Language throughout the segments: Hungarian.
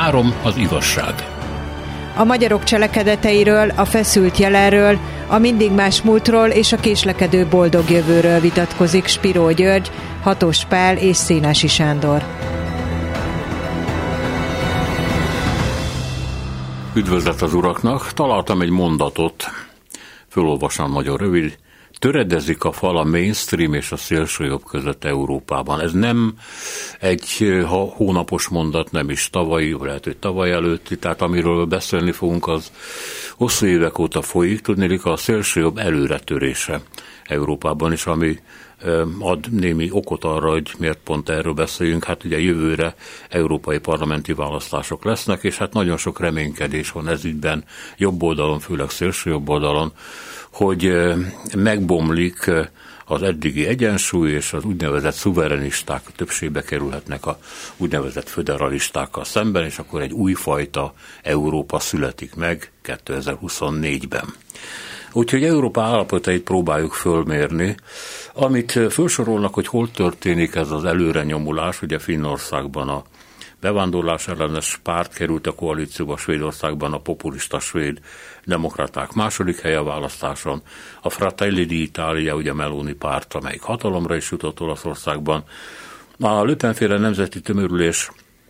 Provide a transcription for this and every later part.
3. Az igazság. A magyarok cselekedeteiről, a feszült jelenről, a mindig más múltról és a késlekedő boldog jövőről vitatkozik Spiró György, Hatos Pál és Szénási Sándor. Üdvözlet az uraknak! Találtam egy mondatot, fölolvasom, nagyon rövid. Töredezik a fal a mainstream és a szélsőjobb között Európában. Ez nem egy hónapos mondat, nem is tavalyi, lehet, hogy tavaly előtti, tehát amiről beszélni fogunk, az hosszú évek óta folyik. Tudnélik, a szélsőjobb előretörése Európában is, ami ad némi okot arra, hogy miért pont erről beszéljünk. Hát ugye jövőre európai parlamenti választások lesznek, és hát nagyon sok reménykedés van ez ügyben, jobb oldalon, főleg szélső jobb oldalon, hogy megbomlik az eddigi egyensúly, és az úgynevezett szuverenisták többségbe kerülhetnek a úgynevezett föderalistákkal szemben, és akkor egy újfajta Európa születik meg 2024-ben. Úgyhogy Európa állapotait próbáljuk fölmérni. Amit felsorolnak, hogy hol történik ez az előrenyomulás, ugye Finnországban a bevándorlás ellenes párt került a koalícióba, Svédországban a populista svéd demokraták második helye a választáson, a Fratelli d'Italia, ugye Meloni párt, amelyik hatalomra is jutott Olaszországban. A Le Pen-féle nemzeti tömörülés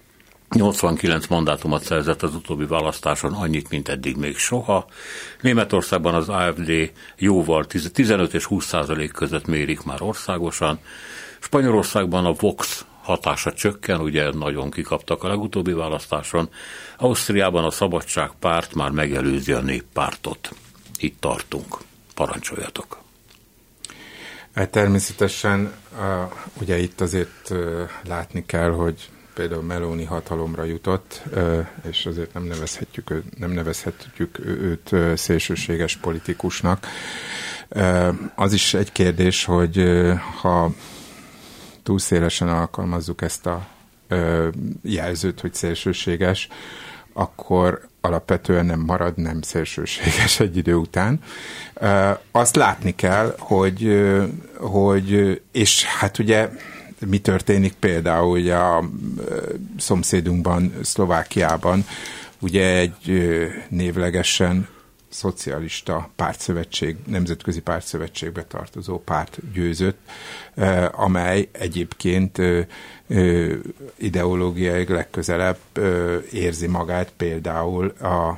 89 mandátumot szerzett az utóbbi választáson, annyit, mint eddig még soha. Németországban az AfD jóval 15 és 20% között mérik már országosan. Spanyolországban a Vox hatása csökken, ugye nagyon kikaptak a legutóbbi választáson. Ausztriában a Szabadságpárt már megelőzi a Néppártot. Itt tartunk. Parancsoljatok. Természetesen ugye itt azért látni kell, hogy például Meloni hatalomra jutott, és azért nem nevezhetjük őt szélsőséges politikusnak. Az is egy kérdés, hogy ha túl szélesen alkalmazzuk ezt a jelzőt, hogy szélsőséges, akkor alapvetően nem marad nem szélsőséges egy idő után. Azt látni kell, hogy és hát ugye mi történik például ugye a szomszédunkban, Szlovákiában, ugye egy névlegesen szocialista pártszövetség, nemzetközi pártszövetségbe tartozó párt győzött, amely egyébként ideológiailag legközelebb érzi magát például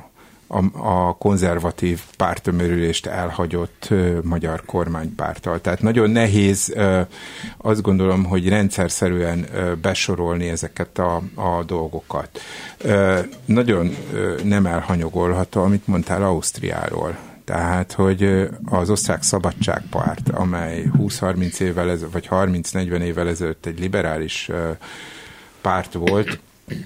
a konzervatív párttömörülést elhagyott magyar kormánypárttal. Tehát nagyon nehéz, azt gondolom, hogy rendszerszerűen besorolni ezeket a dolgokat. Nagyon nem elhanyagolható, amit mondtál Ausztriáról. Tehát, hogy az Osztrák Szabadságpárt, amely 20-30 évvel ezelőtt, vagy 30-40 évvel ezelőtt egy liberális párt volt,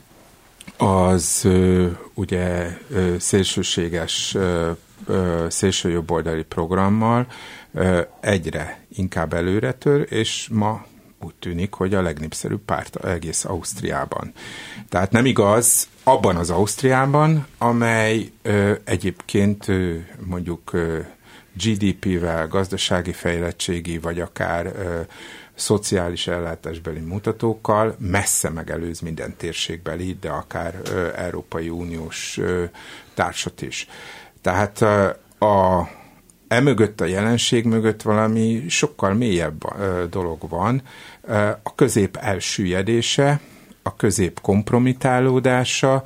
az ugye szélsőséges, szélsőjobboldali programmal egyre inkább előretör, és ma úgy tűnik, hogy a legnépszerűbb párt egész Ausztriában. Tehát nem igaz, abban az Ausztriában, amely egyébként mondjuk GDP-vel, gazdasági fejlettségi, vagy akár szociális ellátásbeli mutatókkal messze megelőz minden térségbeli, de akár Európai Uniós társat is. Tehát emögött a jelenség mögött valami sokkal mélyebb dolog van. A közép elsüllyedése, a közép kompromitálódása,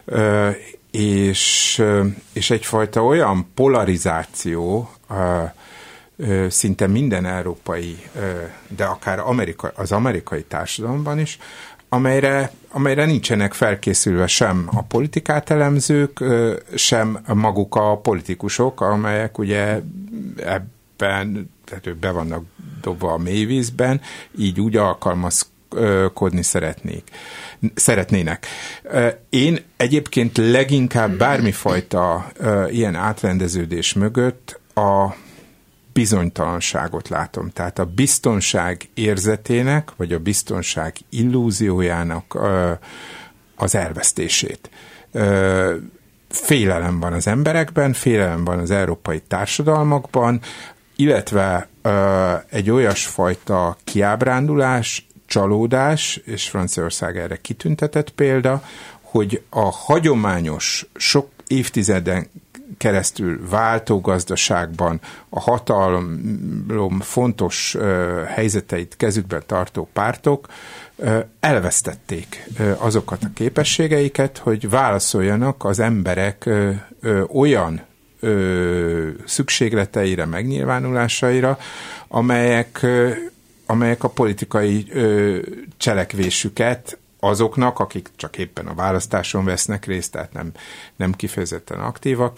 és egyfajta olyan polarizáció, szinte minden európai, de akár az amerikai társadalomban is, amelyre nincsenek felkészülve sem a politikát elemzők, sem maguk a politikusok, amelyek ugye ebben, tehát ők be vannak dobva a mélyvízben, így úgy alkalmazkodni szeretnének. Én egyébként leginkább bármifajta ilyen átrendeződés mögött a bizonytalanságot látom. Tehát a biztonság érzetének, vagy a biztonság illúziójának az elvesztését. Félelem van az emberekben, félelem van az európai társadalmakban, illetve egy olyasfajta kiábrándulás, csalódás, és Franciaország erre kitüntetett példa, hogy a hagyományos, sok évtizeden keresztül váltó gazdaságban a hatalom fontos helyzeteit kezükben tartó pártok elvesztették azokat a képességeiket, hogy válaszoljanak az emberek olyan szükségleteire, megnyilvánulásaira, amelyek a politikai cselekvésüket azoknak, akik csak éppen a választáson vesznek részt, tehát nem kifejezetten aktívak,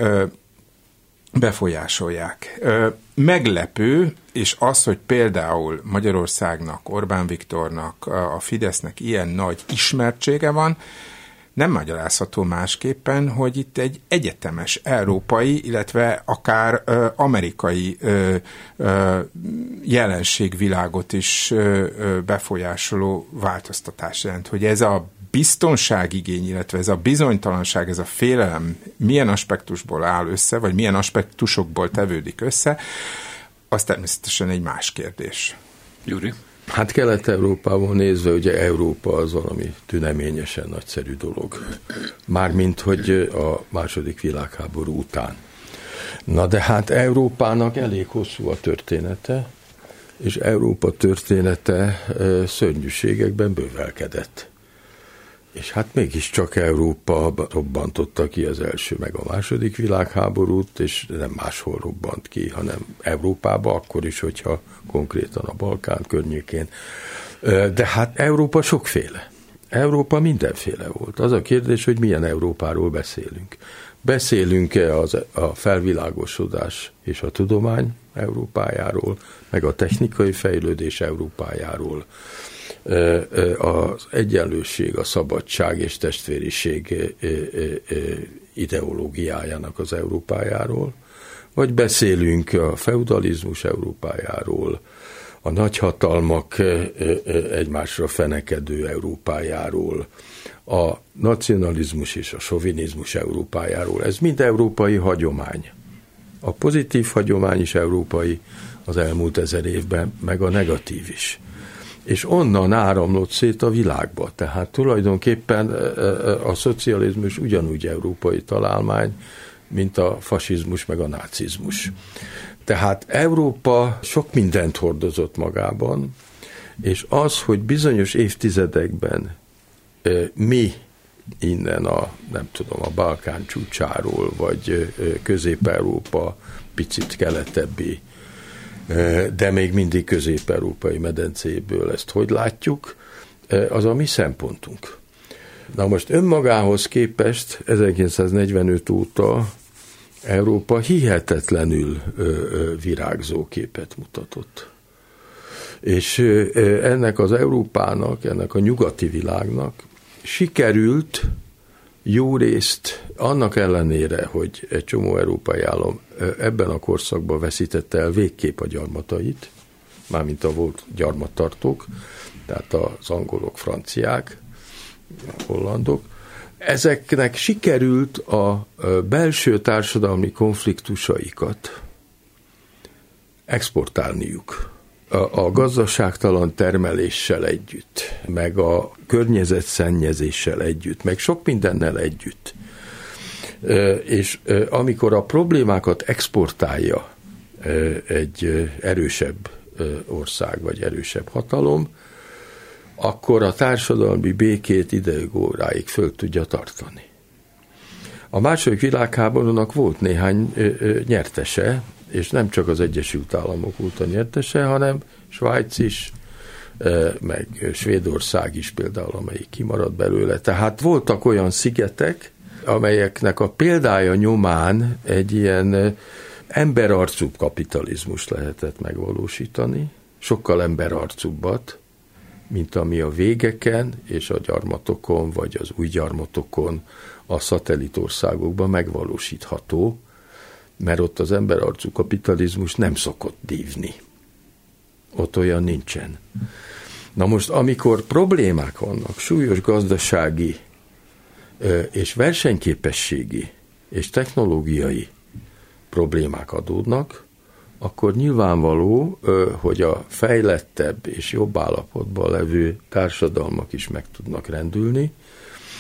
befolyásolják. Meglepő, és az, hogy például Magyarországnak, Orbán Viktornak, a Fidesznek ilyen nagy ismertsége van, nem magyarázható másképpen, hogy itt egy egyetemes európai, illetve akár amerikai jelenségvilágot is befolyásoló változtatás jelent. Hogy ez a biztonságigény, illetve ez a bizonytalanság, ez a félelem milyen aspektusból áll össze, vagy milyen aspektusokból tevődik össze, az természetesen egy más kérdés. Gyuri? Hát Kelet-Európában nézve, ugye Európa az valami tüneményesen nagyszerű dolog. Mármint, hogy a második világháború után. Na de hát Európának elég hosszú a története, és Európa története szörnyűségekben bővelkedett. És hát mégiscsak Európa robbantotta ki az első meg a második világháborút, és nem máshol robbant ki, hanem Európába, akkor is, hogyha konkrétan a Balkán környékén. De hát Európa sokféle. Európa mindenféle volt. Az a kérdés, hogy milyen Európáról beszélünk. Beszélünk-e a felvilágosodás és a tudomány Európájáról, meg a technikai fejlődés Európájáról, az egyenlőség, a szabadság és testvériség ideológiájának az Európájáról, vagy beszélünk a feudalizmus Európájáról, a nagyhatalmak egymásra fenekedő Európájáról, a nacionalizmus és a sovinizmus Európájáról. Ez mind európai hagyomány. A pozitív hagyomány is európai az elmúlt 1000 évben, meg a negatív is. És onnan áramlott szét a világba. Tehát tulajdonképpen a szocializmus ugyanúgy európai találmány, mint a fasizmus meg a nácizmus. Tehát Európa sok mindent hordozott magában, és az, hogy bizonyos évtizedekben mi innen a Balkán csúcsáról, vagy Közép-Európa picit keletebbi, de még mindig közép-európai medencéből ezt hogy látjuk, az a mi szempontunk. Na most önmagához képest 1945 óta Európa hihetetlenül virágzó képet mutatott. És ennek az Európának, ennek a nyugati világnak sikerült jó részt, annak ellenére, hogy egy csomó európai állam ebben a korszakban veszítette el végképp a gyarmatait, mármint a volt gyarmattartók, tehát az angolok, franciák, a hollandok, ezeknek sikerült a belső társadalmi konfliktusaikat exportálniuk. A gazdaságtalan termeléssel együtt, meg a környezetszennyezéssel együtt, meg sok mindennel együtt. És amikor a problémákat exportálja egy erősebb ország, vagy erősebb hatalom, akkor a társadalmi békét ideig óráig föl tudja tartani. A második világháborúnak volt néhány nyertese, és nem csak az Egyesült Államok volt a nyertese, hanem Svájc is, meg Svédország is például, amelyik kimaradt belőle. Tehát voltak olyan szigetek, amelyeknek a példája nyomán egy ilyen emberarcúbb kapitalizmus lehetett megvalósítani, sokkal emberarcúbbat, mint ami a végeken és a gyarmatokon, vagy az új gyarmatokon a szatellitországokban megvalósítható, mert ott az emberarcú kapitalizmus nem szokott dívni. Ott olyan nincsen. Na most, amikor problémák vannak, súlyos gazdasági és versenyképességi és technológiai problémák adódnak, akkor nyilvánvaló, hogy a fejlettebb és jobb állapotban levő társadalmak is meg tudnak rendülni,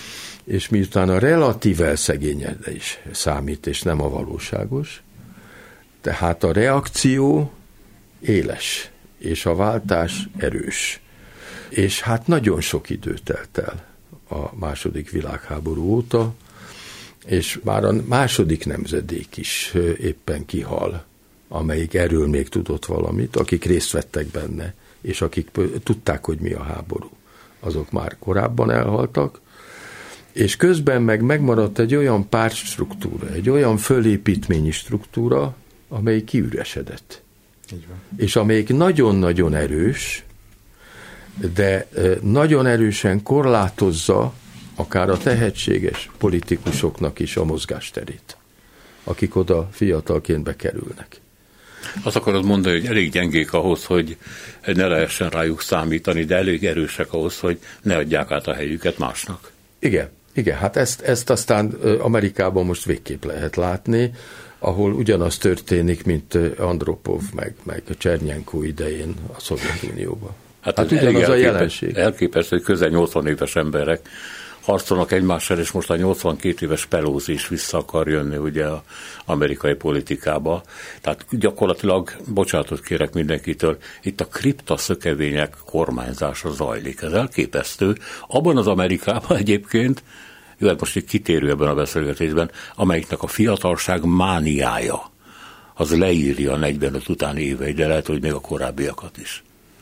és miután a relatív elszegényedés számít, és nem a valóságos, tehát a reakció éles, és a váltás erős. És hát nagyon sok idő telt el a II. Világháború óta, és már a második nemzedék is éppen kihal, amelyik erről még tudott valamit, akik részt vettek benne, és akik tudták, hogy mi a háború. Azok már korábban elhaltak, és közben megmaradt egy olyan pártstruktúra, egy olyan fölépítményi struktúra, amely kiüresedett. Így van. És amelyik nagyon-nagyon erős, de nagyon erősen korlátozza akár a tehetséges politikusoknak is a mozgásterét, akik oda fiatalként bekerülnek. Azt akarod mondani, hogy elég gyengék ahhoz, hogy ne lehessen rájuk számítani, de elég erősek ahhoz, hogy ne adják át a helyüket másnak. Igen, hát ezt aztán Amerikában most végképp lehet látni, ahol ugyanaz történik, mint Andropov meg Csernyenko idején a Szovjetunióban. Hát ugyanaz a jelenség. Elképesztő, hogy közel 80 éves emberek harcolnak egymással, és most a 82 éves Pelosi is vissza akar jönni ugye az amerikai politikába. Tehát gyakorlatilag, bocsánatot kérek mindenkitől, itt a kriptaszökevények kormányzása zajlik. Ez elképesztő. Abban az Amerikában egyébként, jó, hát most így kitérő ebben a beszélgetésben, amelyiknek a fiatalság mániája, az leírja a 45 utáni éveit, de lehet, hogy még a korábbiakat is.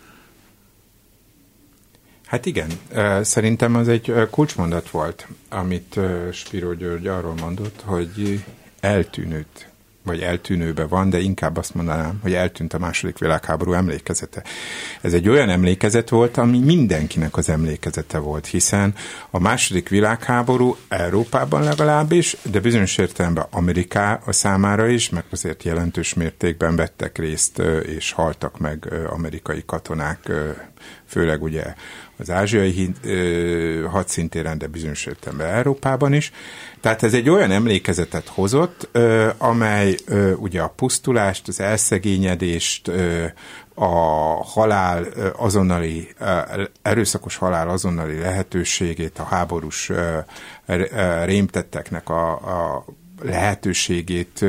Hát igen, szerintem az egy kulcsmondat volt, amit Spiro György arról mondott, hogy eltűnőt, vagy eltűnőbe van, de inkább azt mondanám, hogy eltűnt a II. Világháború emlékezete. Ez egy olyan emlékezet volt, ami mindenkinek az emlékezete volt, hiszen a II. Világháború Európában legalábbis, de bizonyos értelemben Amerika számára is, meg azért jelentős mértékben vettek részt és haltak meg amerikai katonák, főleg ugye az ázsiai hadszintéren, de bizonyos értelemben Európában is. Tehát ez egy olyan emlékezetet hozott, amely ugye a pusztulást, az elszegényedést, a halál azonnali, erőszakos halál azonnali lehetőségét, a háborús rémtetteknek a lehetőségét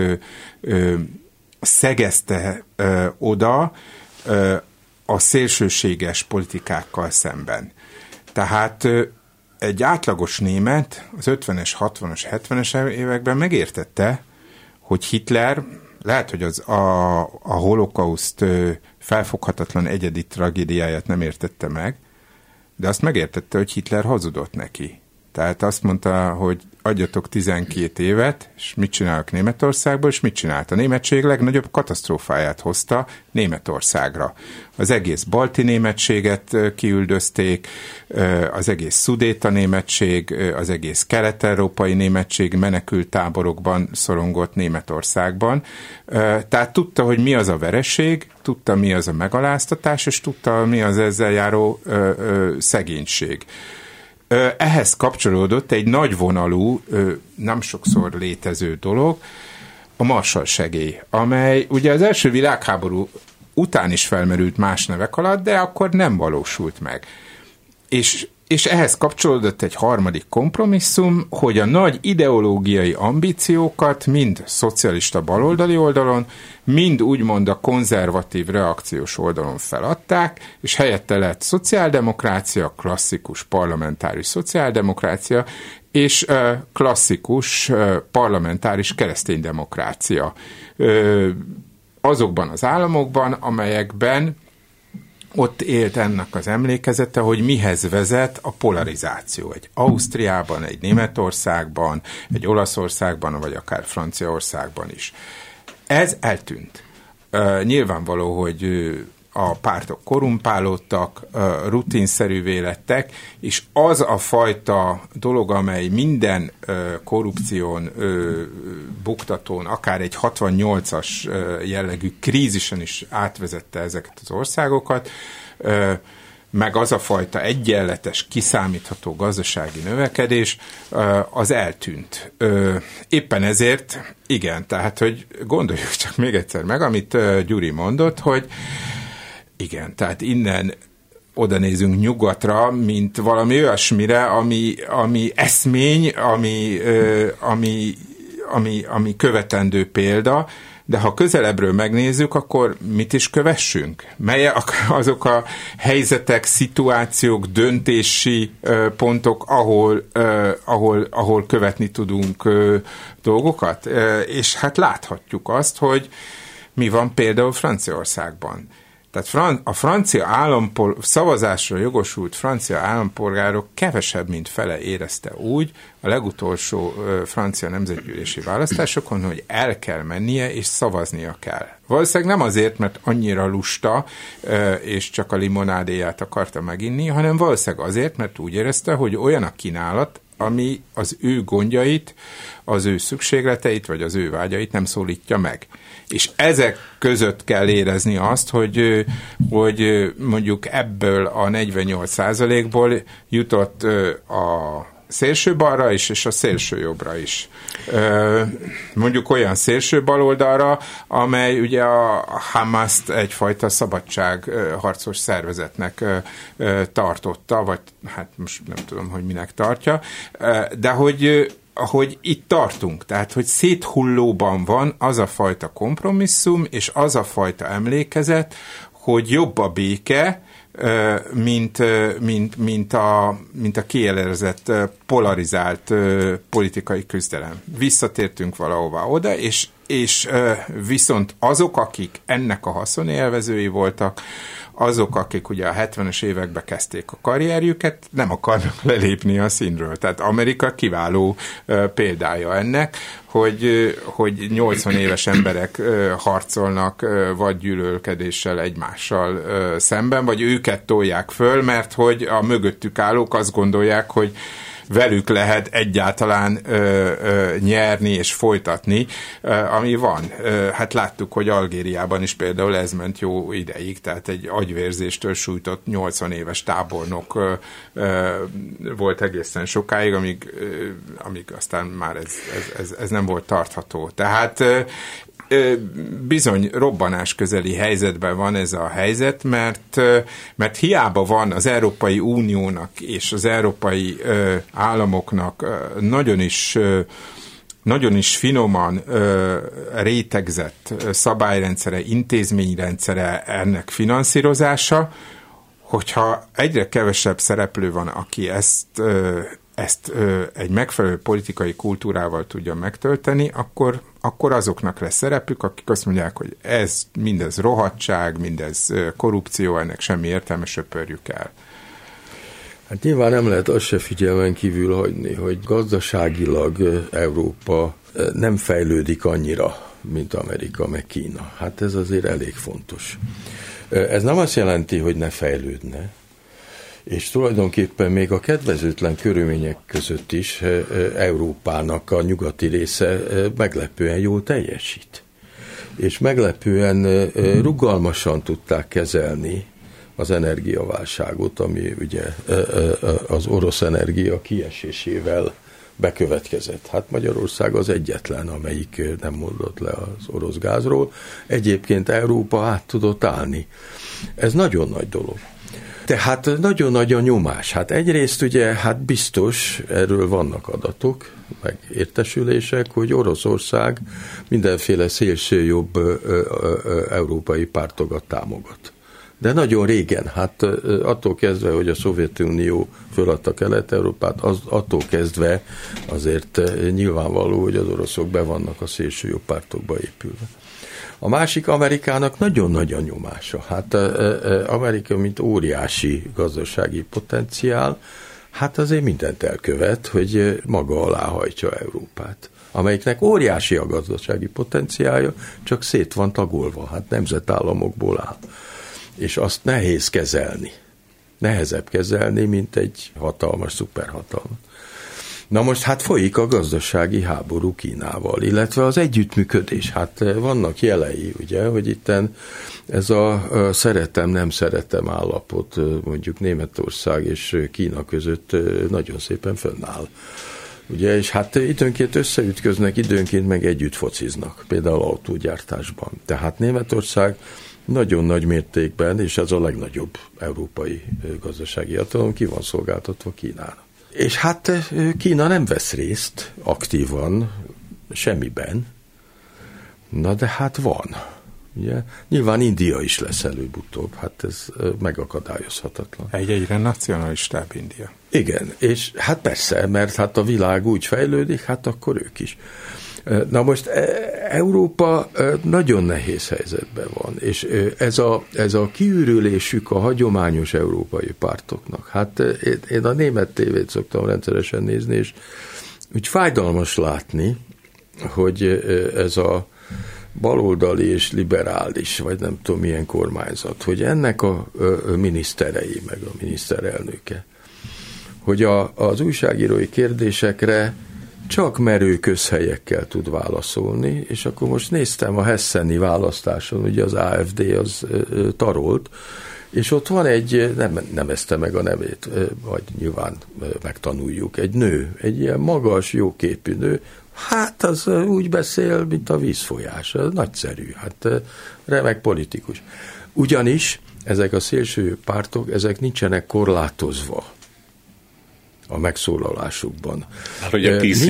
szegezte oda a szélsőséges politikákkal szemben. Tehát egy átlagos német az 50-es, 60-as, 70-es években megértette, hogy Hitler, lehet, hogy a holokauszt felfoghatatlan egyedi tragédiáját nem értette meg, de azt megértette, hogy Hitler hazudott neki. Tehát azt mondta, hogy adjatok 12 évet, és mit csinálok Németországból, és mit csinált? A németség legnagyobb katasztrófáját hozta Németországra. Az egész balti németséget kiüldözték, az egész szudéta németség, az egész kelet-európai németség menekült táborokban szorongott Németországban. Tehát tudta, hogy mi az a vereség, tudta, mi az a megaláztatás, és tudta, mi az ezzel járó szegénység. Ehhez kapcsolódott egy nagyvonalú, nem sokszor létező dolog, a Marshall-segély, amely ugye az első világháború után is felmerült más nevek alatt, de akkor nem valósult meg. És ehhez kapcsolódott egy harmadik kompromisszum, hogy a nagy ideológiai ambíciókat mind szocialista baloldali oldalon, mind úgymond a konzervatív reakciós oldalon feladták, és helyette lett szociáldemokrácia, klasszikus parlamentáris szociáldemokrácia, és klasszikus parlamentáris kereszténydemokrácia. Azokban az államokban, amelyekben ott élt ennek az emlékezete, hogy mihez vezet a polarizáció. Egy Ausztriában, egy Németországban, egy Olaszországban, vagy akár Franciaországban is. Ez eltűnt. Nyilvánvaló, hogy a pártok korrumpálódtak, rutinszerűvé lettek, és az a fajta dolog, amely minden korrupción, buktatón, akár egy 68-as jellegű krízisen is átvezette ezeket az országokat, meg az a fajta egyenletes, kiszámítható gazdasági növekedés, az eltűnt. Éppen ezért, igen, tehát, hogy gondoljuk csak még egyszer meg, amit Gyuri mondott, hogy igen, tehát innen oda nézünk nyugatra, mint valami olyasmire, ami eszmény, ami követendő példa, de ha közelebbről megnézzük, akkor mit is kövessünk? Melyek azok a helyzetek, szituációk, döntési pontok, ahol követni tudunk dolgokat? És hát láthatjuk azt, hogy mi van például Franciaországban. Tehát a francia szavazásra jogosult francia állampolgárok kevesebb, mint fele érezte úgy a legutolsó francia nemzetgyűlési választásokon, hogy el kell mennie és szavaznia kell. Valószínűleg nem azért, mert annyira lusta és csak a limonádéját akarta meginni, hanem valószínűleg azért, mert úgy érezte, hogy olyan a kínálat, ami az ő gondjait, az ő szükségleteit, vagy az ő vágyait nem szólítja meg. És ezek között kell érezni azt, hogy mondjuk ebből a 48%-ból jutott a szélső balra is, és a szélső jobbra is. Mondjuk olyan szélső baloldalra, amely ugye a Hamaszt egyfajta szabadságharcos szervezetnek tartotta, vagy hát most nem tudom, hogy minek tartja, de hogy itt tartunk, tehát hogy széthullóban van az a fajta kompromisszum, és az a fajta emlékezet, hogy jobb a béke, mint a kielezett, polarizált politikai küzdelem. Visszatértünk valahova oda, és viszont azok, akik ennek a haszonélvezői voltak, azok, akik ugye a 70-es években kezdték a karrierjüket, nem akarnak lelépni a színről. Tehát Amerika kiváló példája ennek, hogy 80 éves emberek harcolnak vagy gyűlölködéssel egymással szemben, vagy őket tolják föl, mert hogy a mögöttük állók azt gondolják, hogy velük lehet egyáltalán nyerni és folytatni, ami van. Hát láttuk, hogy Algériában is például ez ment jó ideig, tehát egy agyvérzéstől sújtott 80 éves tábornok volt egészen sokáig, amíg aztán már ez nem volt tartható. Tehát bizony robbanás közeli helyzetben van ez a helyzet, mert hiába van az Európai Uniónak és az európai államoknak nagyon is finoman rétegzett szabályrendszere, intézményrendszere ennek finanszírozása, hogyha egyre kevesebb szereplő van, aki ezt egy megfelelő politikai kultúrával tudja megtölteni, akkor azoknak lesz szerepük, akik azt mondják, hogy mindez rohadtság, mindez korrupció, ennek semmi értelme, söpörjük el. Hát nyilván nem lehet azt se figyelmen kívül hagyni, hogy gazdaságilag Európa nem fejlődik annyira, mint Amerika meg Kína. Hát ez azért elég fontos. Ez nem azt jelenti, hogy ne fejlődne, és tulajdonképpen még a kedvezőtlen körülmények között is Európának a nyugati része meglepően jól teljesít. És meglepően rugalmasan tudták kezelni az energiaválságot, ami ugye az orosz energia kiesésével bekövetkezett. Hát Magyarország az egyetlen, amelyik nem mondott le az orosz gázról. Egyébként Európa át tudott állni. Ez nagyon nagy dolog. Tehát nagyon nagy a nyomás. Hát egyrészt ugye, hát biztos, erről vannak adatok, meg értesülések, hogy Oroszország mindenféle szélsőjobb európai pártokat támogat. De nagyon régen, hát attól kezdve, hogy a Szovjetunió föladta Kelet-Európát, attól kezdve azért nyilvánvaló, hogy az oroszok be vannak a szélsőjobb pártokba épülve. A másik, Amerikának nagyon nagy a nyomása. Hát Amerika, mint óriási gazdasági potenciál, hát azért mindent elkövet, hogy maga alá hajtsa Európát, amelyiknek óriási a gazdasági potenciálja, csak szét van tagolva, hát nemzetállamokból áll. És azt nehéz kezelni. Nehezebb kezelni, mint egy hatalmas szuperhatalmat. Na most hát folyik a gazdasági háború Kínával, illetve az együttműködés. Hát vannak jelei, ugye, hogy itten ez a szeretem-nem szeretem állapot mondjuk Németország és Kína között nagyon szépen fönnáll. Ugye, és hát időnként összeütköznek, időnként meg együtt fociznak, például autógyártásban. Tehát Németország nagyon nagy mértékben, és ez a legnagyobb európai gazdasági hatalom, ki van szolgáltatva Kínának. És hát Kína nem vesz részt aktívan semmiben, na de hát van. Ugye? Nyilván India is lesz előbb-utóbb, hát ez megakadályozhatatlan. Egyre nacionalistább India. Igen, és hát persze, mert hát a világ úgy fejlődik, hát akkor ők is. Na most Európa nagyon nehéz helyzetben van, és ez a kiürülésük a hagyományos európai pártoknak. Hát én a német tévét szoktam rendszeresen nézni, és úgy fájdalmas látni, hogy ez a baloldali és liberális, vagy nem tudom milyen kormányzat, hogy ennek a miniszterei, meg a miniszterelnöke, hogy az újságírói kérdésekre csak merő közhelyekkel tud válaszolni, és akkor most néztem a hesseni választáson, ugye az AfD az tarolt, és ott van egy, nem nevezte meg a nevét, vagy nyilván megtanuljuk, egy nő, egy ilyen magas, jóképű nő, hát az úgy beszél, mint a vízfolyás, nagyszerű, hát remek politikus. Ugyanis ezek a szélső pártok, ezek nincsenek korlátozva a megszólalásukban. Hát ugye PC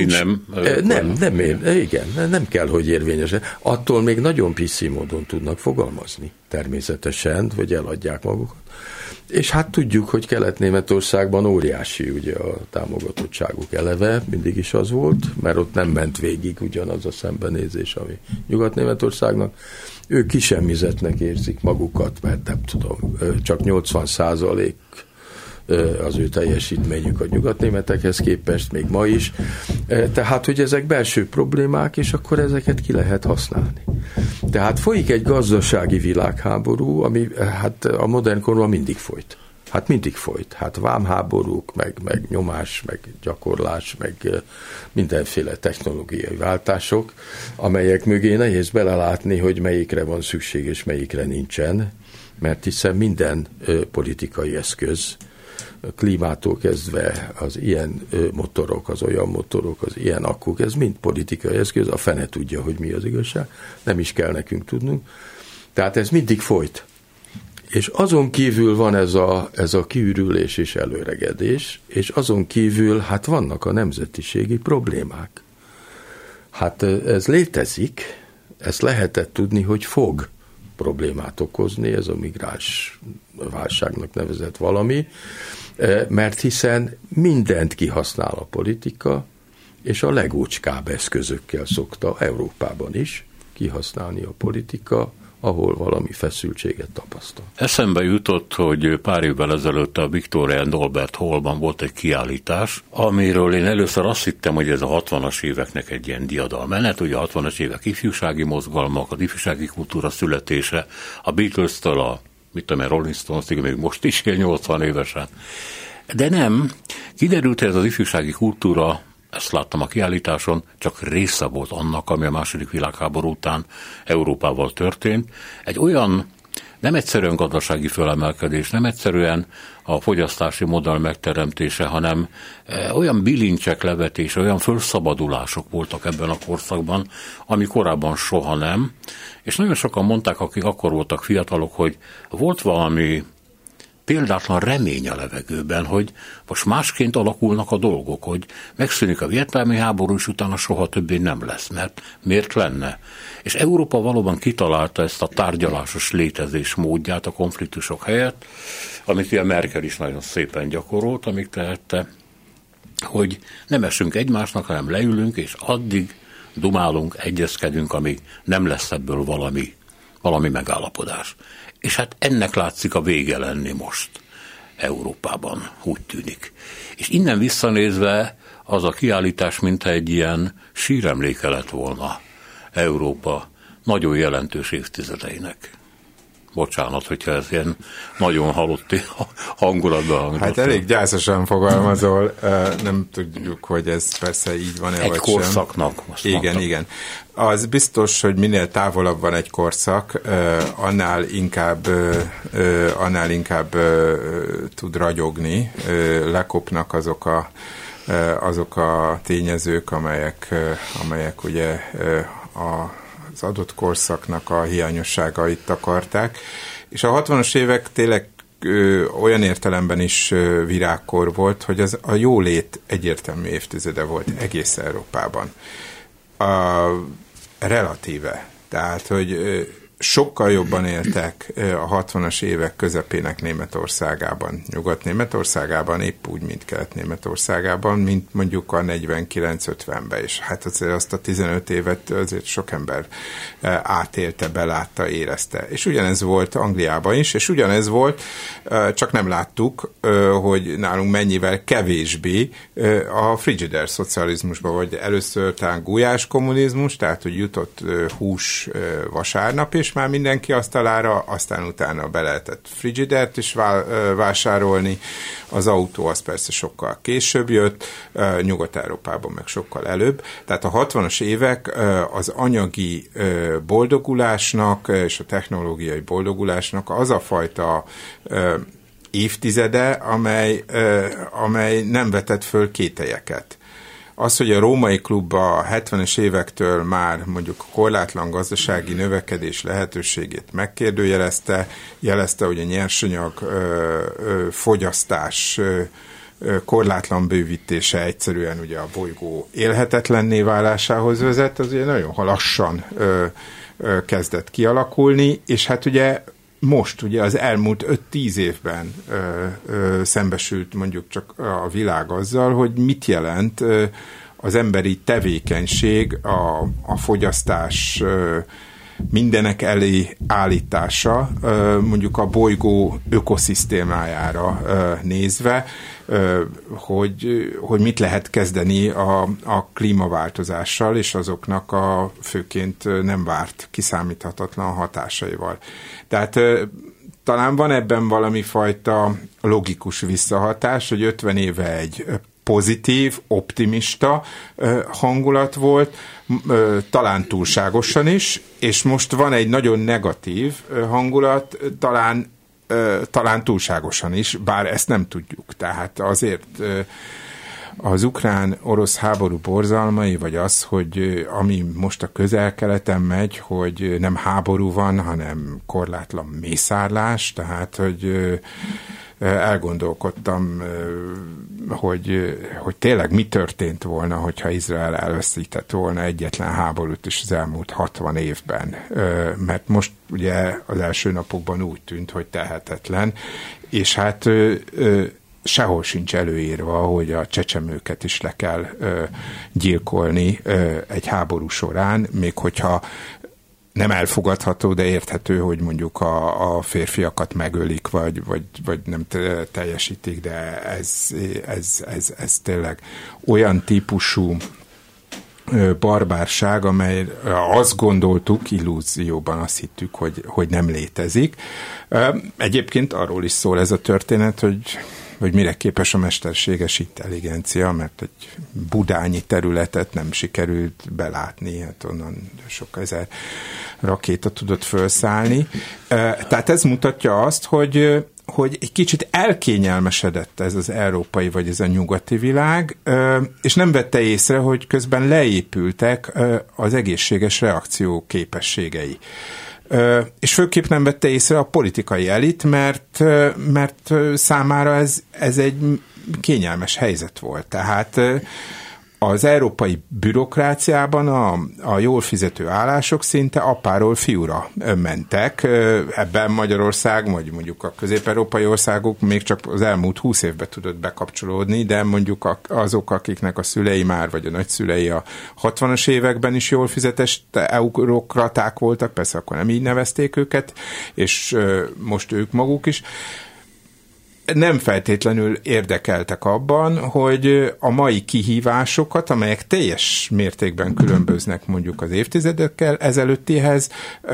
nem kell, hogy érvényesen. Attól még nagyon PC módon tudnak fogalmazni, természetesen, hogy eladják magukat. És hát tudjuk, hogy Kelet-Németországban óriási ugye a támogatottságuk eleve, mindig is az volt, mert ott nem ment végig ugyanaz a szembenézés, ami Nyugat-Németországnak. Ők kisemmizetnek érzik magukat, mert nem tudom, csak 80% az ő teljesítményük a nyugatnémetekhez képest, még ma is. Tehát, hogy ezek belső problémák, és akkor ezeket ki lehet használni. Tehát folyik egy gazdasági világháború, ami hát a modern korban mindig folyt. Hát mindig folyt. Hát vámháborúk, meg nyomás, meg gyakorlás, meg mindenféle technológiai váltások, amelyek mögé nehéz belelátni, hogy melyikre van szükség, és melyikre nincsen, mert hiszen minden politikai eszköz, a klímától kezdve az ilyen motorok, az olyan motorok, az ilyen akkuk, ez mind politikai eszköz, a fene tudja, hogy mi az igazság, nem is kell nekünk tudnunk. Tehát ez mindig folyt. És azon kívül van ez a kiürülés és előregedés, és azon kívül hát vannak a nemzetiségi problémák. Hát ez létezik, ezt lehetett tudni, hogy fog problémát okozni, ez a migráns válságnak nevezett valami, mert hiszen mindent kihasznál a politika, és a legócskább eszközökkel szokta Európában is kihasználni a politika, ahol valami feszültséget tapasztal. Eszembe jutott, hogy pár évvel ezelőtt a Victoria and Albert Hallban volt egy kiállítás, amiről én először azt hittem, hogy ez a 60-as éveknek egy ilyen diadalmenet, ugye a 60-as évek ifjúsági mozgalmak, az ifjúsági kultúra születése, a Beatles-től a Rolling Stones-ig, még most is él 80 évesen. De nem, kiderült, hogy ez az ifjúsági kultúra, ezt láttam a kiállításon, csak része volt annak, ami a második világháború után Európával történt. Egy olyan, nem egyszerűen gazdasági fölemelkedés, nem egyszerűen a fogyasztási modell megteremtése, hanem olyan bilincsek levetése, olyan fölszabadulások voltak ebben a korszakban, ami korábban soha nem. És nagyon sokan mondták, akik akkor voltak fiatalok, hogy volt valami példátlan remény a levegőben, hogy most másként alakulnak a dolgok, hogy megszűnik a vietnámi háború, és utána soha többé nem lesz, mert miért lenne? És Európa valóban kitalálta ezt a tárgyalásos létezés módját a konfliktusok helyett, amit ilyen Merkel is nagyon szépen gyakorolt, amíg tehette, hogy nem esünk egymásnak, hanem leülünk, és addig dumálunk, egyezkedünk, amíg nem lesz ebből valami megállapodás. És hát ennek látszik a vége lenni most Európában, úgy tűnik. És innen visszanézve az a kiállítás, mintha egy ilyen síremléke lett volna Európa nagyon jelentős évtizedeinek. Bocsánat, hogyha ez ilyen nagyon halotti hangulatban hangzott. Hát elég gyászosan fogalmazol, nem tudjuk, hogy ez persze így van-e, egy vagy korszaknak. sem. Igen. Az biztos, hogy minél távolabb van egy korszak, annál inkább tud ragyogni, lekopnak azok a tényezők, amelyek ugye a az adott korszaknak a hiányosságait takarták, és a 60-as évek tényleg olyan értelemben is virágkor volt, hogy a jólét egyértelmű évtizede volt egész Európában. Relatíve. Tehát, hogy sokkal jobban éltek a 60-as évek közepének Németországában, Nyugat-Németországában, épp úgy, mint Kelet-Németországában, mint mondjuk a 49-50-ben, és hát azért azt a 15 évet azért sok ember átélte, belátta, érezte. És ugyanez volt Angliában is, és ugyanez volt, csak nem láttuk, hogy nálunk mennyivel kevésbé a frigider szocializmusban, vagy először talán gulyás kommunizmus, tehát hogy jutott hús vasárnap, és már mindenki asztalára, aztán utána be lehetett frigidert is vásárolni. Az autó az persze sokkal később jött, Nyugat-Európában meg sokkal előbb. Tehát a 60-as évek az anyagi boldogulásnak és a technológiai boldogulásnak az a fajta évtizede, amely nem vetett föl kételyeket. Az, hogy a Római Klub a 70-es évektől már mondjuk a korlátlan gazdasági növekedés lehetőségét megkérdőjelezte, hogy a nyersanyag fogyasztás korlátlan bővítése egyszerűen ugye a bolygó élhetetlenné válásához vezet, az ugye nagyon lassan kezdett kialakulni, és hát ugye most ugye az elmúlt 5-10 évben szembesült mondjuk csak a világ azzal, hogy mit jelent az emberi tevékenység, a fogyasztás mindenek elé állítása, mondjuk a bolygó ökoszisztémájára nézve, hogy mit lehet kezdeni a klímaváltozással és azoknak a főként nem várt, kiszámíthatatlan hatásaival. Tehát talán van ebben valami fajta logikus visszahatás, hogy 50 éve egy pozitív, optimista hangulat volt, talán túlságosan is, és most van egy nagyon negatív hangulat, talán túlságosan is, bár ezt nem tudjuk. Tehát azért az ukrán-orosz háború borzalmai, vagy az, hogy ami most a Közel-Keleten megy, hogy nem háború van, hanem korlátlan mészárlás, tehát hogy elgondolkodtam, hogy tényleg mi történt volna, hogyha Izrael elveszített volna egyetlen háborút is az elmúlt 60 évben. Mert most ugye az első napokban úgy tűnt, hogy tehetetlen, és hát sehol sincs előírva, hogy a csecsemőket is le kell gyilkolni egy háború során, még hogyha nem elfogadható, de érthető, hogy mondjuk a férfiakat megölik, vagy nem teljesítik, de ez tényleg olyan típusú barbárság, amely azt gondoltuk, illúzióban azt hittük, hogy nem létezik. Egyébként arról is szól ez a történet, hogy mire képes a mesterséges intelligencia, mert egy budányi területet nem sikerült belátni, hát onnan sok ezer rakéta tudott felszállni. Tehát ez mutatja azt, hogy egy kicsit elkényelmesedett ez az európai, vagy ez a nyugati világ, és nem vette észre, hogy közben leépültek az egészséges reakció képességei. És főképp nem vette észre a politikai elit, mert számára ez egy kényelmes helyzet volt. Tehát az európai bürokráciában a jól fizető állások szinte apáról fiúra mentek. Ebben Magyarország, vagy mondjuk a közép-európai országok még csak az elmúlt 20 évben tudott bekapcsolódni, de mondjuk azok, akiknek a szülei már, vagy a nagyszülei a 60-as években is jól fizetett eurokraták voltak, persze akkor nem így nevezték őket, és most ők maguk is, nem feltétlenül érdekeltek abban, hogy a mai kihívásokat, amelyek teljes mértékben különböznek mondjuk az évtizedekkel ezelőttihez,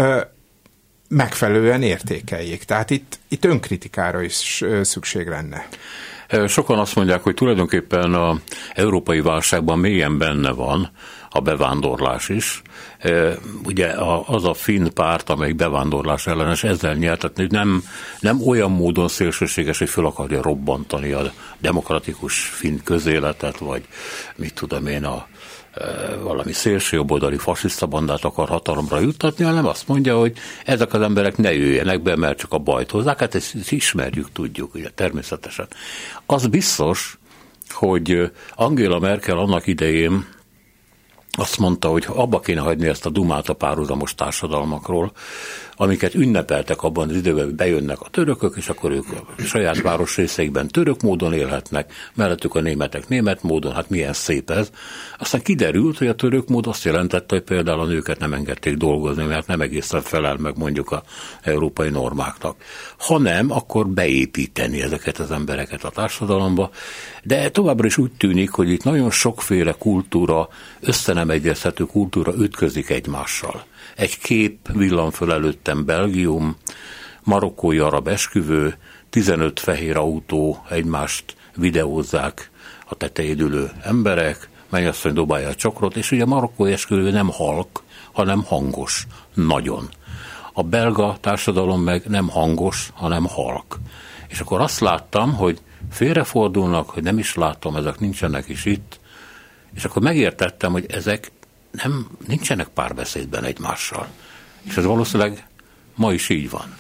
megfelelően értékeljék. Tehát itt önkritikára is szükség lenne. Sokan azt mondják, hogy tulajdonképpen az európai válságban mélyen benne van a bevándorlás is. Ugye az a finn párt, amelyik bevándorlás ellenes, ezzel nyert, nem olyan módon szélsőséges, hogy fel akarja robbantani a demokratikus finn közéletet, vagy mit tudom én, a valami szélsőjobboldali fasiszta bandát akar hatalomra juttatni, hanem azt mondja, hogy ezek az emberek ne jöjjenek be, mert csak a bajt hozzák. Hát ezt ismerjük, tudjuk, ugye, természetesen. Az biztos, hogy Angela Merkel annak idején azt mondta, hogy abba kéne hagyni ezt a dumát a párhuzamos társadalmakról, amiket ünnepeltek abban az időben, hogy bejönnek a törökök, és akkor ők a saját városrészeikben török módon élhetnek, mellettük a németek német módon, hát milyen szép ez. Aztán kiderült, hogy a török mód azt jelentette, hogy például a nőket nem engedték dolgozni, mert nem egészen felel meg mondjuk az európai normáknak. Ha nem, akkor beépíteni ezeket az embereket a társadalomba, de továbbra is úgy tűnik, hogy itt nagyon sokféle kultúra, össze nem egyezhető kultúra ütközik egymással. Egy kép villan föl előttem: Belgium, marokkói arab esküvő, 15 fehér autó egymást videózzák, a tetején ülő emberek, mennyasszony dobálja a csokrot, és ugye a marokkói esküvő nem halk, hanem hangos, nagyon. A belga társadalom meg nem hangos, hanem halk. És akkor azt láttam, hogy félrefordulnak, hogy nem is látom, ezek nincsenek is itt, és akkor megértettem, hogy ezek nincsenek párbeszédben egymással. És ez valószínűleg ma is így van.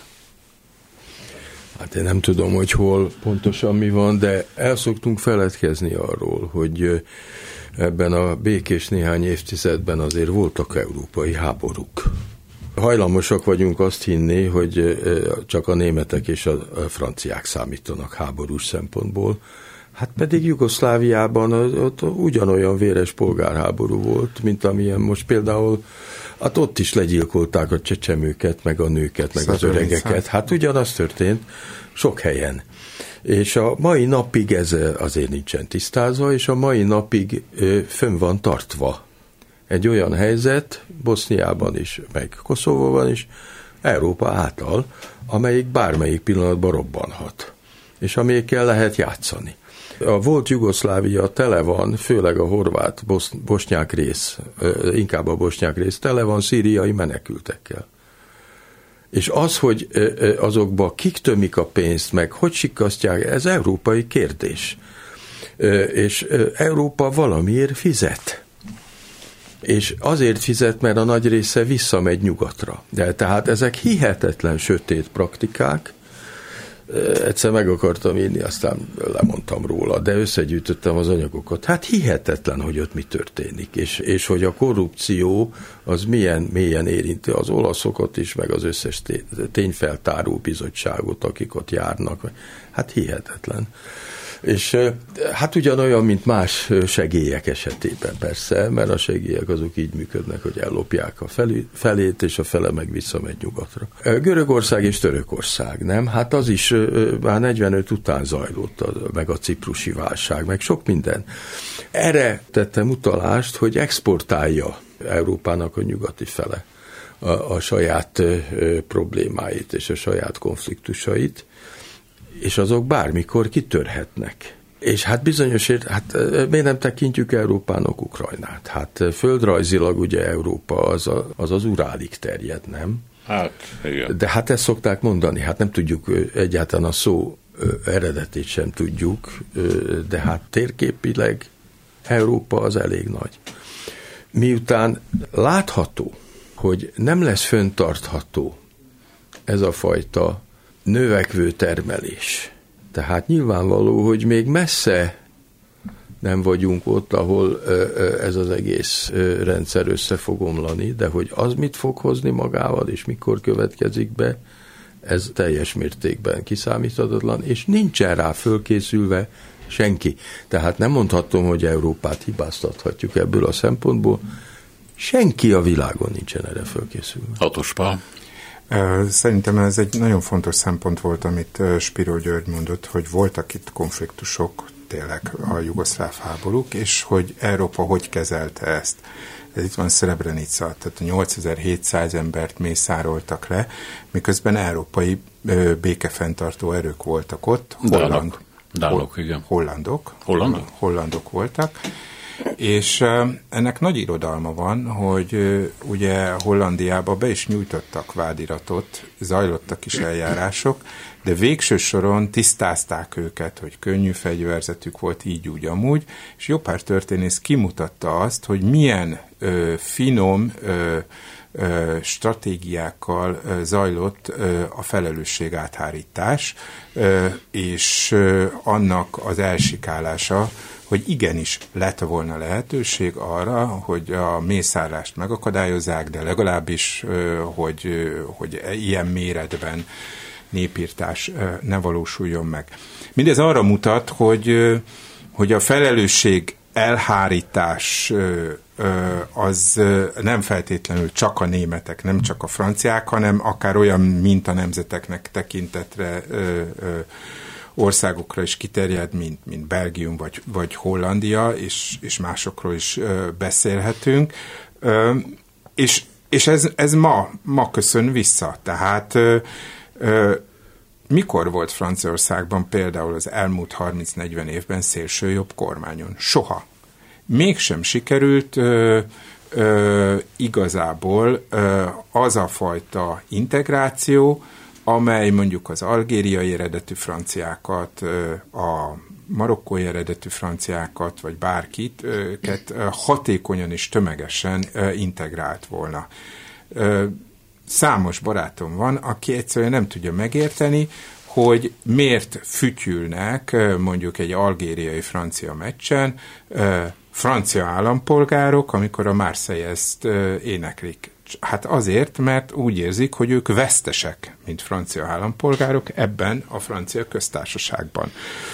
Hát én nem tudom, hogy hol pontosan mi van, de el szoktunk feledkezni arról, hogy ebben a békés néhány évtizedben azért voltak európai háborúk. Hajlamosak vagyunk azt hinni, hogy csak a németek és a franciák számítanak háborús szempontból. Hát pedig Jugoszláviában ott ugyanolyan véres polgárháború volt, mint amilyen most például, hát ott is legyilkolták a csecsemőket, meg a nőket, meg az öregeket. Hát ugyanaz történt sok helyen. És a mai napig ez azért nincsen tisztázva, és a mai napig fönn van tartva egy olyan helyzet Boszniában is, meg Koszovóban is, Európa által, amelyik bármelyik pillanatban robbanhat, és amelyikkel lehet játszani. A volt Jugoszlávia tele van, főleg a horvát, bosnyák rész, inkább a bosnyák rész, tele van szíriai menekültekkel. És az, hogy azokba kik tömik a pénzt, meg hogy sikkasztják, ez európai kérdés. És Európa valamiért fizet. És azért fizet, mert a nagy része visszamegy nyugatra. De tehát ezek hihetetlen sötét praktikák. Egyszer meg akartam írni, aztán lemondtam róla, de összegyűjtöttem az anyagokat. Hát hihetetlen, hogy ott mi történik, és hogy a korrupció az milyen mélyen érinti az olaszokat is, meg az összes tényfeltáró bizottságot, akik ott járnak. Hát hihetetlen. És hát ugyanolyan, mint más segélyek esetében persze, mert a segélyek azok így működnek, hogy ellopják a felét, és a fele meg visszamegy nyugatra. Görögország és Törökország, nem? Hát az is már 45 után zajlott, meg a ciprusi válság, meg sok minden. Erre tettem utalást, hogy exportálja Európának a nyugati fele a saját problémáit és a saját konfliktusait, és azok bármikor kitörhetnek. És hát bizonyosért, hát miért nem tekintjük Európának Ukrajnát? Hát földrajzilag ugye Európa az urálig terjed, nem? Hát, igen. De hát ezt szokták mondani, hát nem tudjuk egyáltalán a szó eredetét sem tudjuk, de hát térképileg Európa az elég nagy. Miután látható, hogy nem lesz fenntartható ez a fajta növekvő termelés. Tehát nyilvánvaló, hogy még messze nem vagyunk ott, ahol ez az egész rendszer össze fog omlani, de hogy az mit fog hozni magával, és mikor következik be, ez teljes mértékben kiszámíthatatlan, és nincsen rá fölkészülve senki. Tehát nem mondhatom, hogy Európát hibáztathatjuk ebből a szempontból. Senki a világon nincsen erre fölkészülve. Hatos Pál. Szerintem ez egy nagyon fontos szempont volt, amit Spiro György mondott, hogy voltak itt konfliktusok, tényleg a jugoszláv háborúk, és hogy Európa hogy kezelte ezt. Ez itt van Srebrenica, tehát 8700 embert mészároltak le, miközben európai békefenntartó erők voltak ott. Dánok, igen. Hollandok voltak. És ennek nagy irodalma van, hogy ugye Hollandiába be is nyújtottak vádiratot, zajlottak is eljárások, de végső soron tisztázták őket, hogy könnyű fegyverzetük volt, így úgy amúgy, és jó pár történész kimutatta azt, hogy milyen finom stratégiákkal zajlott a felelősségáthárítás, és annak az elsikálása, hogy igenis lett volna lehetőség arra, hogy a mészárlást megakadályozzák, de legalábbis, hogy ilyen méretben népírtás ne valósuljon meg. Mindez arra mutat, hogy a felelősség elhárítás az nem feltétlenül csak a németek, nem csak a franciák, hanem akár olyan mintanemzeteknek tekintetre országokra is kiterjed, mint Belgium vagy Hollandia, és másokról is beszélhetünk. És ez ma köszön vissza. Tehát mikor volt Franciaországban például az elmúlt 30-40 évben szélsőjobb kormányon? Soha. Mégsem sikerült igazából az a fajta integráció, amely mondjuk az algériai eredetű franciákat, a marokkói eredetű franciákat, vagy bárkit hatékonyan és tömegesen integrált volna. Számos barátom van, aki egyszerűen nem tudja megérteni, hogy miért fütyülnek mondjuk egy algériai francia meccsen francia állampolgárok, amikor a Marseillaise-t éneklik. Hát azért, mert úgy érzik, hogy ők vesztesek, mint francia állampolgárok ebben a francia köztársaságban.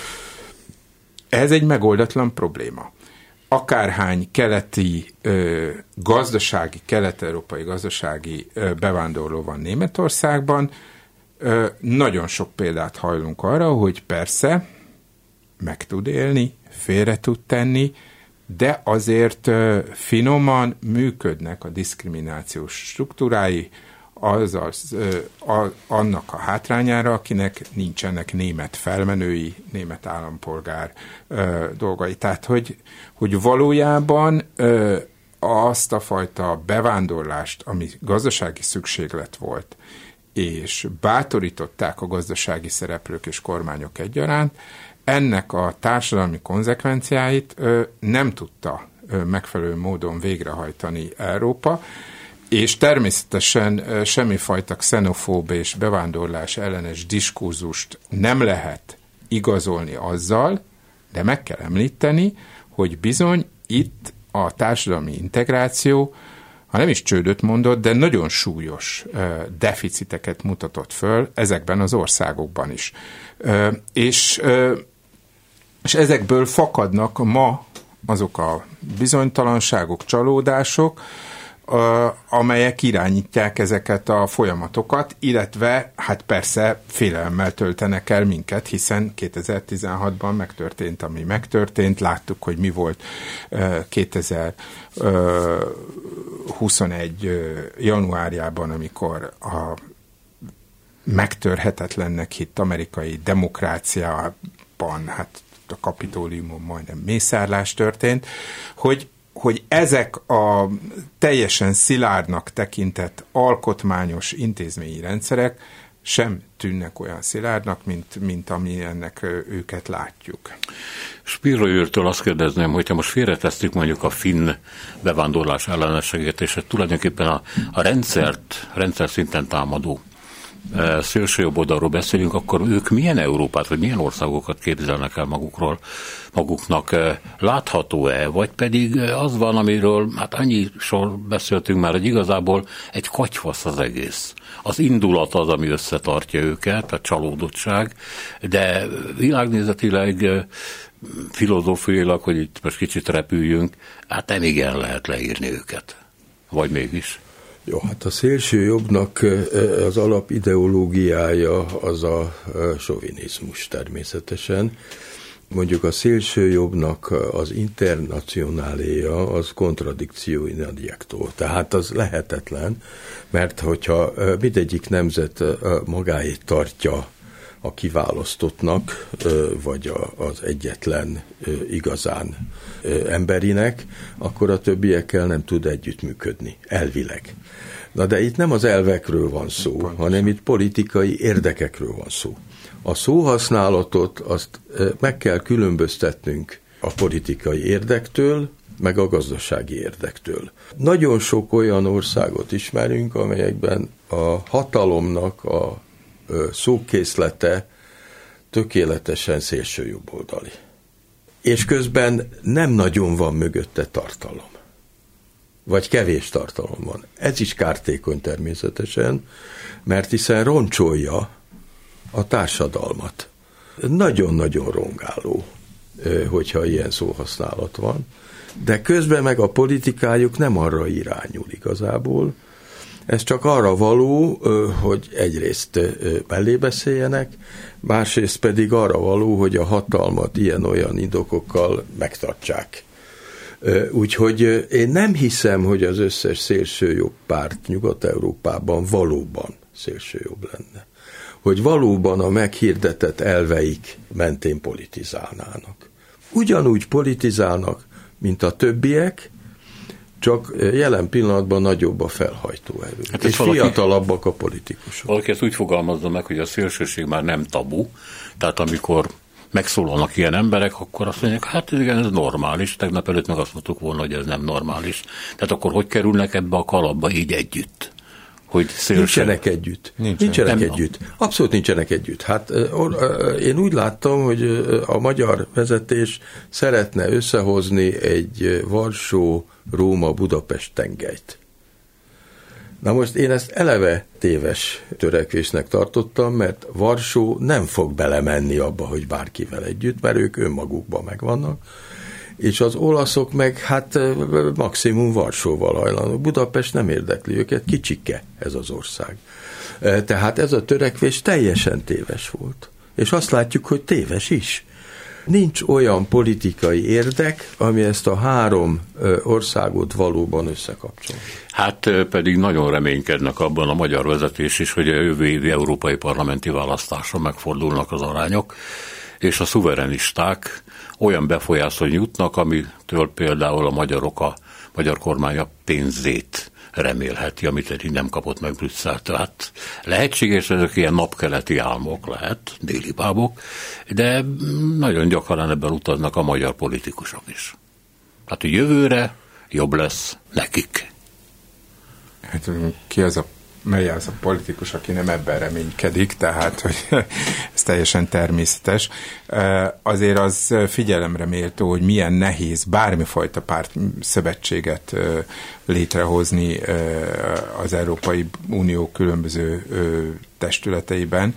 Ez egy megoldatlan probléma. Akárhány keleti kelet-európai gazdasági bevándorló van Németországban, nagyon sok példát hallunk arra, hogy persze meg tud élni, félre tud tenni, de azért finoman működnek a diszkriminációs struktúrái, azaz annak a hátrányára, akinek nincsenek német felmenői, német állampolgár dolgai. Tehát, hogy valójában azt a fajta bevándorlást, ami gazdasági szükséglet volt, és bátorították a gazdasági szereplők és kormányok egyaránt, ennek a társadalmi konzekvenciáit nem tudta megfelelő módon végrehajtani Európa, és természetesen semmifajta xenofób és bevándorlás ellenes diskurzust nem lehet igazolni azzal, de meg kell említeni, hogy bizony itt a társadalmi integráció, ha nem is csődöt mondott, de nagyon súlyos deficiteket mutatott föl ezekben az országokban is. És ezekből fakadnak ma azok a bizonytalanságok, csalódások, amelyek irányítják ezeket a folyamatokat, illetve hát persze félelemmel töltenek el minket, hiszen 2016-ban megtörtént, ami megtörtént, láttuk, hogy mi volt 2021 januárjában, amikor a megtörhetetlennek hitt amerikai demokráciában, hát a Kapitóliumon majdnem mészárlás történt, hogy ezek a teljesen szilárdnak tekintett alkotmányos intézményi rendszerek sem tűnnek olyan szilárdnak, mint amilyennek őket látjuk. Spiro Györgytől azt kérdezném, hogyha most félretesszük mondjuk a finn bevándorlás ellenességet, és tulajdonképpen a rendszer szinten támadó szélső jobb oldalról beszélünk, akkor ők milyen Európát, vagy milyen országokat képzelnek el maguknak? Látható-e, vagy pedig az van, amiről hát annyiszor beszéltünk már, hogy igazából egy katyvasz az egész. Az indulat az, ami összetartja őket, a csalódottság, de világnézetileg, filozófiailag, hogy itt most kicsit repüljünk, hát nem igen lehet leírni őket. Vagy mégis? Jó, hát a szélső jobbnak az alapideológiája az a sovinizmus természetesen. Mondjuk a szélső jobbnak az internacionáléja az contradictio in adjecto. Tehát az lehetetlen, mert hogyha mindegyik nemzet magáét tartja a kiválasztottnak, vagy az egyetlen igazán emberinek, akkor a többiekkel nem tud együttműködni, elvileg. Na de itt nem az elvekről van szó, hanem itt politikai érdekekről van szó. A szóhasználatot azt meg kell különböztetnünk a politikai érdektől, meg a gazdasági érdektől. Nagyon sok olyan országot ismerünk, amelyekben a hatalomnak a szókészlete tökéletesen szélsőjobboldali. És közben nem nagyon van mögötte tartalom. Vagy kevés tartalom van. Ez is kártékony természetesen, mert hiszen roncsolja a társadalmat. Nagyon-nagyon rongáló, hogyha ilyen szóhasználat van, de közben meg a politikájuk nem arra irányul igazából. Ez csak arra való, hogy egyrészt mellé beszéljenek, másrészt pedig arra való, hogy a hatalmat ilyen-olyan indokokkal megtartsák. Úgyhogy én nem hiszem, hogy az összes szélsőjobb párt Nyugat-Európában valóban szélsőjobb lenne. Hogy valóban a meghirdetett elveik mentén politizálnának. Ugyanúgy politizálnak, mint a többiek, csak jelen pillanatban nagyobb a felhajtó erő. Hát és fiatalabbak a politikusok. Valaki ezt úgy fogalmazza meg, hogy a szélsőség már nem tabu, tehát amikor megszólalnak ilyen emberek, akkor azt mondják, hát igen, ez normális, tegnap előtt meg azt mondtuk volna, hogy ez nem normális. Tehát akkor hogy kerülnek ebbe a kalapba így együtt? Hogy nincsenek együtt. Nincsenek együtt. Abszolút nincsenek együtt. Hát én úgy láttam, hogy a magyar vezetés szeretne összehozni egy Varsó-Róma-Budapest tengelyt. Na most én ezt eleve téves törekvésnek tartottam, mert Varsó nem fog belemenni abba, hogy bárkivel együtt, mert ők önmagukban megvannak, és az olaszok meg hát maximum Varsóval hajlanak. Budapest nem érdekli őket, kicsike ez az ország. Tehát ez a törekvés teljesen téves volt. És azt látjuk, hogy téves is. Nincs olyan politikai érdek, ami ezt a három országot valóban összekapcsol. Hát pedig nagyon reménykednek abban a magyar vezetés is, hogy a jövő évi európai parlamenti választáson megfordulnak az arányok, és a szuverenisták olyan befolyáson jutnak, amitől például a magyarok, a magyar kormány a pénzét remélheti, amit eddig nem kapott meg Brüsszeltől. Hát lehetséges, ezek ilyen napkeleti álmok lehet, déli bábok, de nagyon gyakran ebben utaznak a magyar politikusok is. Hát a jövőre jobb lesz nekik. Hát mely az a politikus, aki nem ebben reménykedik, tehát hogy ez teljesen természetes. Azért az figyelemre méltó, hogy milyen nehéz bármifajta párt szövetséget létrehozni az Európai Unió különböző testületeiben,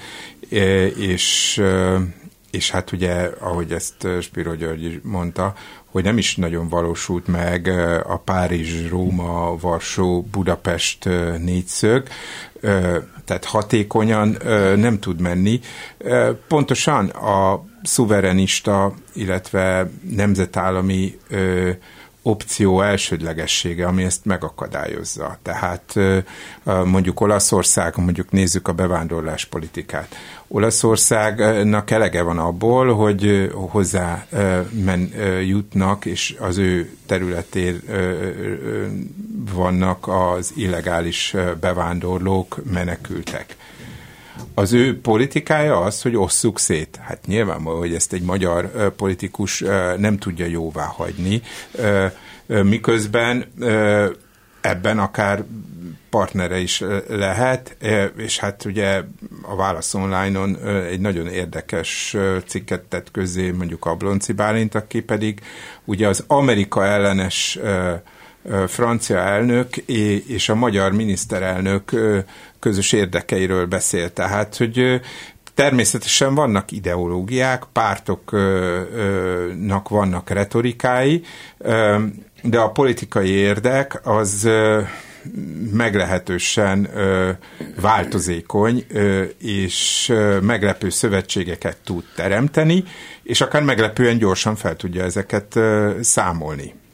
és hát ugye, ahogy ezt Spiro György mondta, hogy nem is nagyon valósult meg a Párizs, Róma, Varsó, Budapest négyszög, tehát hatékonyan nem tud menni. Pontosan a szuverenista, illetve nemzetállami opció elsődlegessége, ami ezt megakadályozza. Tehát mondjuk Olaszország, mondjuk nézzük a bevándorláspolitikát. Olaszországnak elege van abból, hogy hozzá jutnak, és az ő területén vannak az illegális bevándorlók, menekültek. Az ő politikája az, hogy osszuk szét. Hát nyilvánvaló, hogy ezt egy magyar politikus nem tudja jóvá hagyni, miközben ebben akár partnere is lehet, és hát ugye a Válasz Online-on egy nagyon érdekes cikket tett közzé mondjuk Ablonczy Bálint, aki pedig ugye az Amerika ellenes francia elnök és a magyar miniszterelnök közös érdekeiről beszél. Tehát, hogy természetesen vannak ideológiák, pártoknak vannak retorikái, de a politikai érdek az meglehetősen változékony, és meglepő szövetségeket tud teremteni, és akár meglepően gyorsan fel tudja ezeket számolni.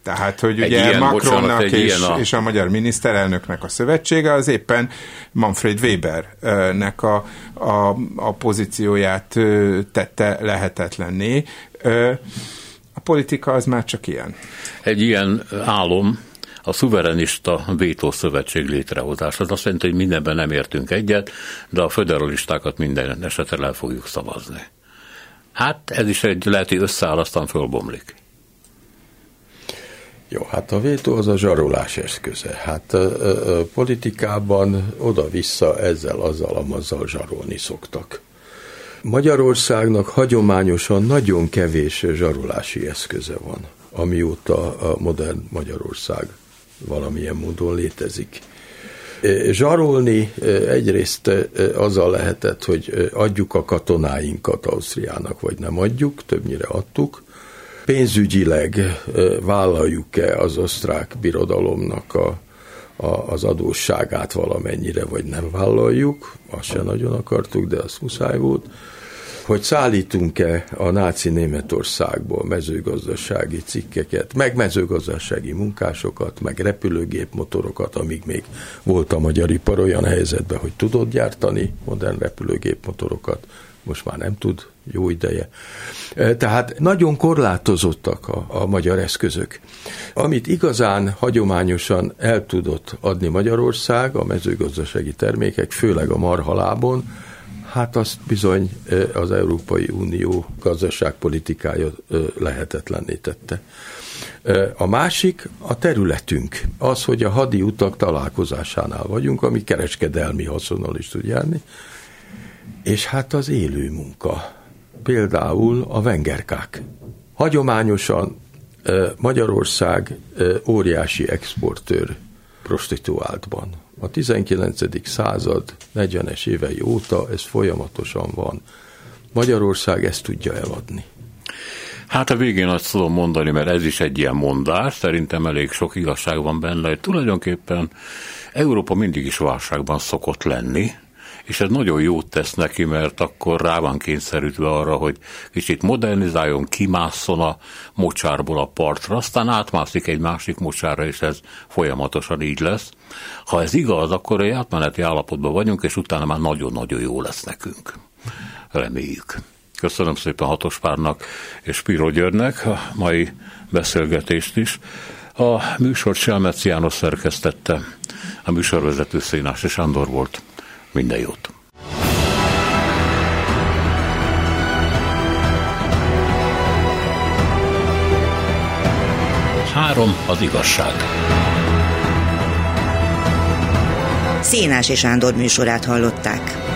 Tehát, hogy ugye Macronnak és a magyar miniszterelnöknek a szövetsége az éppen Manfred Webernek a pozícióját tette lehetetlenné. A politika az már csak ilyen. Egy ilyen álom a szuverenista vétószövetség létrehozása. Az azt jelenti, hogy mindenben nem értünk egyet, de a föderalistákat minden esetre el fogjuk szavazni. Hát ez is egy lehet, hogy összeáll, aztán fölbomlik. Jó, hát a vétó az a zsarolás eszköze. Hát a politikában oda-vissza ezzel, azzal, amazzal zsarolni szoktak. Magyarországnak hagyományosan nagyon kevés zsarolási eszköze van, amióta a modern Magyarország valamilyen módon létezik. Zsarolni egyrészt azzal lehetett, hogy adjuk a katonáinkat Ausztriának, vagy nem adjuk, többnyire adtuk. Pénzügyileg vállaljuk-e az osztrák birodalomnak az adósságát valamennyire, vagy nem vállaljuk, azt se nagyon akartuk, de az muszáj volt. Hogy szállítunk-e a náci Németországból mezőgazdasági cikkeket, meg mezőgazdasági munkásokat, meg repülőgépmotorokat, amíg még volt a magyar ipar olyan helyzetben, hogy tudott gyártani modern repülőgépmotorokat, most már nem tud, jó ideje. Tehát nagyon korlátozottak a magyar eszközök. Amit igazán hagyományosan el tudott adni Magyarország, a mezőgazdasági termékek, főleg a marhalábon, hát azt bizony az Európai Unió gazdaságpolitikája lehetetlenné tette. A másik a területünk. Az, hogy a hadi utak találkozásánál vagyunk, ami kereskedelmi haszonnal is tud járni, és hát az élő munka. Például a vengerkák. Hagyományosan Magyarország óriási exportőr prostituáltban. A 19. század 40-es évei óta ez folyamatosan van. Magyarország ezt tudja eladni. Hát a végén azt tudom mondani, mert ez is egy ilyen mondás, szerintem elég sok igazság van benne, hogy tulajdonképpen Európa mindig is válságban szokott lenni, és ez nagyon jót tesz neki, mert akkor rá van kényszerítve arra, hogy kicsit modernizáljon, kimásszon a mocsárból a partra, aztán átmászik egy másik mocsárra, és ez folyamatosan így lesz. Ha ez igaz, akkor egy átmeneti állapotban vagyunk, és utána már nagyon-nagyon jó lesz nekünk. Reméljük. Köszönöm szépen Hatospárnak és Spiro Györgynek a mai beszélgetést is. A műsort Selmec János szerkesztette, a műsorvezető Szénási Sándor volt. Minden jót! 3 az igazság. Szénási Sándor műsorát hallották.